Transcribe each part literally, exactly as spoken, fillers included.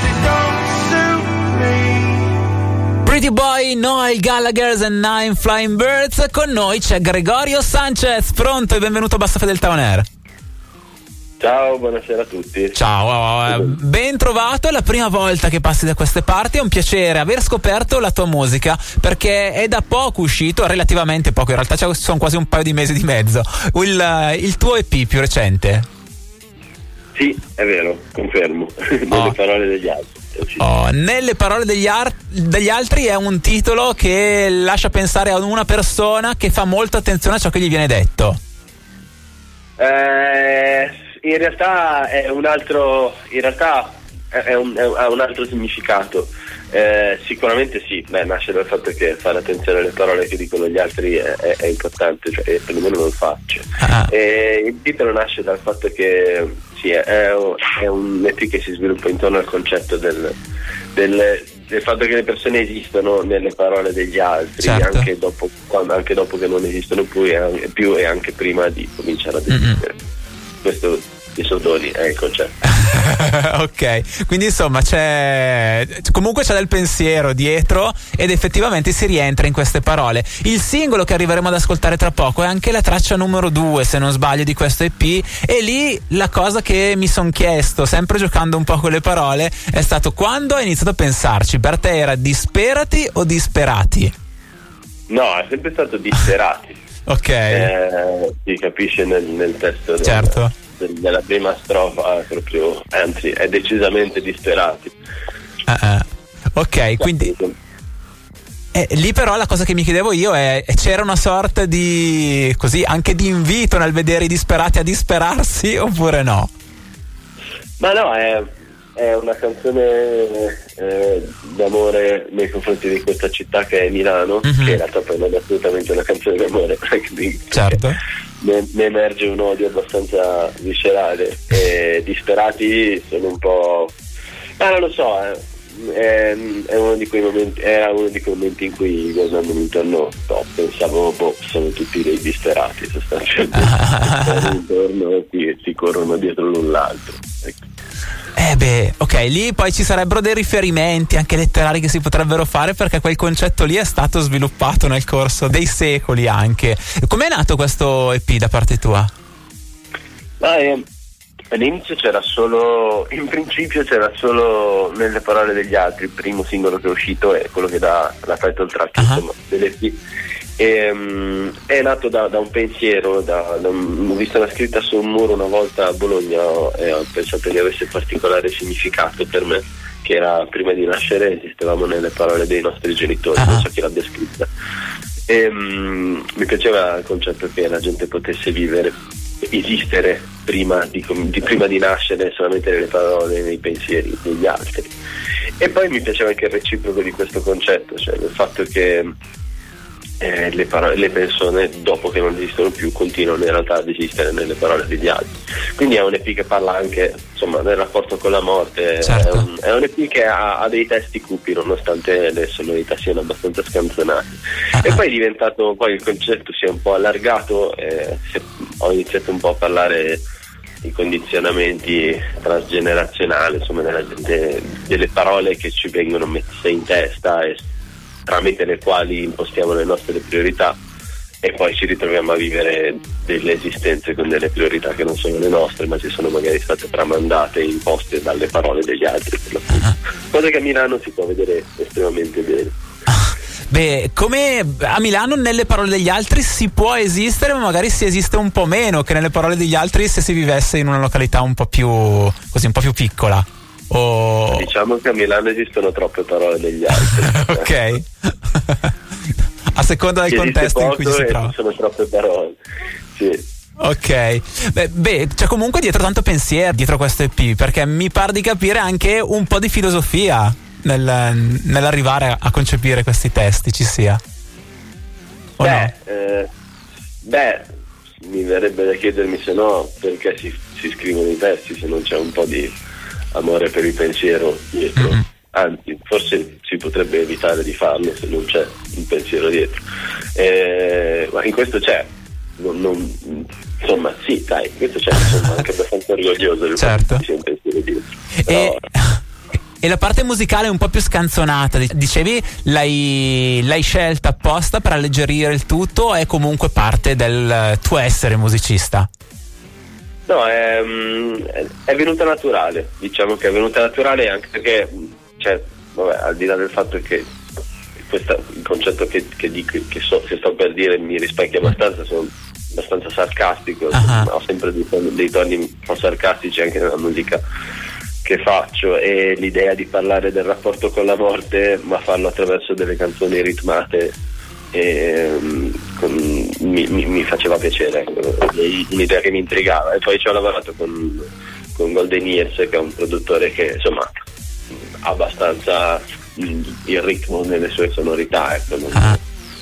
Pretty Boy, Noel Gallagher and Nine Flying Birds. Con noi c'è Gregorio Sanchez. Pronto e benvenuto a Bassa Fedeltà On Air. Ciao, buonasera a tutti. Ciao, ben trovato, è la prima volta che passi da queste parti, è un piacere aver scoperto la tua musica, perché è da poco uscito, relativamente poco, in realtà ci sono quasi un paio di mesi di mezzo, il, il tuo E P più recente. Sì, è vero, confermo, nelle oh. parole degli altri. Oh, nelle parole degli, ar- degli altri è un titolo che lascia pensare a una persona che fa molta attenzione a ciò che gli viene detto. Eh, in realtà è un altro, in realtà è un, è un, ha un altro significato. Eh, sicuramente sì, beh, nasce dal fatto che fare attenzione alle parole che dicono gli altri è, è, è importante, cioè, e perlomeno lo faccio. Ah. E il titolo nasce dal fatto che sì, è, è un E P che si sviluppa intorno al concetto del, del, del fatto che le persone esistono nelle parole degli altri, certo. anche, dopo, quando, anche dopo che non esistono più e, più e anche prima di cominciare ad esistere. Mm-hmm. Questo i soldoni è il concetto. Ok, quindi insomma c'è comunque c'è del pensiero dietro ed effettivamente si rientra in queste parole. Il singolo che arriveremo ad ascoltare tra poco è anche la traccia numero due, se non sbaglio, di questo E P, e lì la cosa che mi son chiesto, sempre giocando un po' con le parole, è stato: quando hai iniziato a pensarci, per te era disperati o disperati? No, è sempre stato disperati. Ok, eh, si capisce nel, nel testo del, certo. della prima strofa, proprio, anzi è decisamente disperati. Uh-uh. Ok, quindi eh, lì però la cosa che mi chiedevo io è: c'era una sorta di così anche di invito nel vedere i disperati a disperarsi oppure no? Ma no, è, è una canzone eh, d'amore nei confronti di questa città che è Milano, mm-hmm. che in realtà poi non è assolutamente una canzone d'amore, certo. Ne, ne emerge un odio abbastanza viscerale, e disperati sono un po', ma non lo so, eh, è, è uno di quei momenti, era uno di quei momenti in cui guardando intorno no, pensavo boh, sono tutti dei disperati sostanzialmente intorno e si, si corrono dietro l'un l'altro, ecco. Eh beh, ok, lì poi ci sarebbero dei riferimenti anche letterari che si potrebbero fare, perché quel concetto lì è stato sviluppato nel corso dei secoli anche. Com'è nato questo E P da parte tua? Ma eh, all'inizio c'era solo, in principio c'era solo Nelle parole degli altri, il primo singolo che è uscito è quello che dà la title track, uh-huh. insomma, dell'E P. E, um, è nato da, da un pensiero, da, da un, ho visto una scritta su un muro una volta a Bologna e ho pensato che avesse particolare significato per me, che era: prima di nascere esistevamo nelle parole dei nostri genitori, uh-huh. non so chi l'abbia scritta, e um, mi piaceva il concetto che la gente potesse vivere, esistere prima di, di, prima di nascere solamente nelle parole e nei pensieri degli altri. E poi mi piaceva anche il reciproco di questo concetto, cioè il fatto che Eh, le, parole, le persone dopo che non esistono più continuano in realtà ad esistere nelle parole degli altri. Quindi è un E P che parla anche, insomma, del rapporto con la morte, certo. è, un, è un E P che ha, ha dei testi cupi nonostante le sonorità siano abbastanza scanzonate. Uh-huh. E poi è diventato, poi il concetto si è un po' allargato, eh, ho iniziato un po' a parlare di condizionamenti transgenerazionali, insomma, della gente, delle parole che ci vengono messe in testa e tramite le quali impostiamo le nostre priorità, e poi ci ritroviamo a vivere delle esistenze con delle priorità che non sono le nostre, ma ci sono magari state tramandate e imposte dalle parole degli altri, per l'appunto. Cosa che a Milano si può vedere estremamente bene. Beh, come a Milano nelle parole degli altri si può esistere, ma magari si esiste un po' meno che nelle parole degli altri se si vivesse in una località un po' più così, un po' più piccola. Oh. Diciamo che a Milano esistono troppe parole degli altri. Ok. A seconda del ci contesto in cui ci si trova. Ci sono troppe parole. Sì. Ok. Beh, beh, c'è comunque dietro tanto pensiero dietro questo E P, perché mi pare di capire anche un po' di filosofia nel, nell'arrivare a concepire questi testi, ci sia. O beh, no? eh, beh, mi verrebbe da chiedermi se no perché si, si scrivono i testi se non c'è un po' di amore per il pensiero dietro. Mm-hmm. Anzi, forse si potrebbe evitare di farlo se non c'è un pensiero dietro, eh, ma in questo c'è, non, non, insomma sì dai, questo c'è, sono anche abbastanza orgoglioso del certo. fatto che ci sia un pensiero dietro. Però... e, E la parte musicale un po' più scanzonata, dicevi, l'hai, l'hai scelta apposta per alleggerire il tutto o è comunque parte del tuo essere musicista? No, è, è venuta naturale, diciamo che è venuta naturale anche perché, cioè, vabbè, al di là del fatto che questa, il concetto che, che, dico, che, so, che sto per dire mi rispecchia abbastanza, sono abbastanza sarcastico, uh-huh. Ho sempre dei, dei toni un po' sarcastici anche nella musica che faccio, e l'idea di parlare del rapporto con la morte ma farlo attraverso delle canzoni ritmate e, con, mi, mi, mi faceva piacere, un'idea che mi intrigava, e poi ci ho lavorato con, con Golden Years, che è un produttore che insomma ha abbastanza il ritmo nelle sue sonorità, ecco. Ah.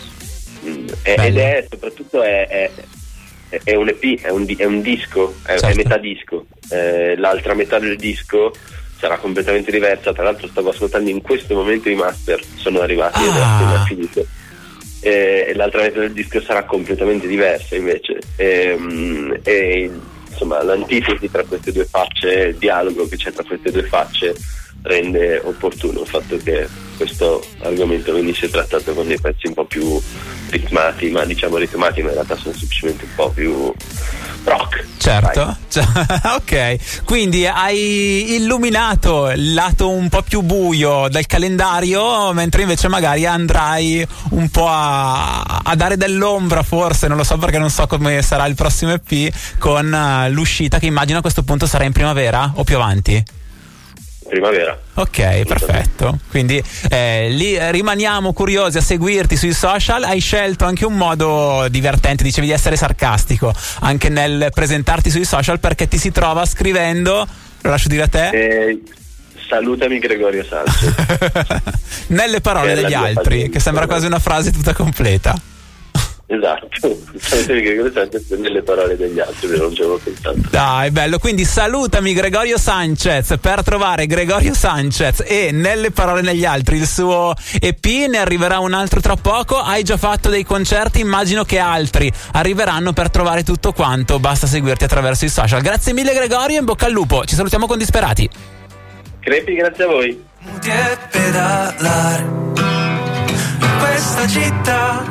Ed è soprattutto è, è è un E P, è un, è un disco, è, certo. È metà disco, eh, l'altra metà del disco sarà completamente diversa. Tra l'altro stavo ascoltando in questo momento i master, sono arrivati ed ah. è finito, e, e l'altra metà del disco sarà completamente diversa invece, e, e insomma l'antitesi tra queste due facce, il dialogo che c'è tra queste due facce rende opportuno il fatto che questo argomento venisse trattato con dei pezzi un po' più ritmati, ma diciamo ritmati, ma in realtà sono semplicemente un po' più rock. Certo, cioè, ok, quindi hai illuminato il lato un po' più buio del calendario, mentre invece magari andrai un po' a, a dare dell'ombra, forse, non lo so, perché non so come sarà il prossimo E P, con uh, l'uscita che immagino a questo punto sarà in primavera o più avanti? Primavera. Ok, perfetto. Quindi eh, lì rimaniamo curiosi a seguirti sui social. Hai scelto anche un modo divertente, dicevi di essere sarcastico anche nel presentarti sui social, perché ti si trova scrivendo, lo lascio dire a te, eh, salutami Gregorio Sanchez. Nelle parole degli altri, pagina, che sembra quasi una frase tutta completa. Esatto, salutami Gregorio Sanchez nelle parole degli altri, non ci avevo pensato. Dai, bello, quindi salutami Gregorio Sanchez per trovare Gregorio Sanchez e nelle parole degli altri il suo E P. Ne arriverà un altro tra poco. Hai già fatto dei concerti, immagino che altri arriveranno per trovare tutto quanto, basta seguirti attraverso i social. Grazie mille Gregorio, in bocca al lupo, ci salutiamo con Disperati. Crepi, grazie a voi. Pedalare in questa città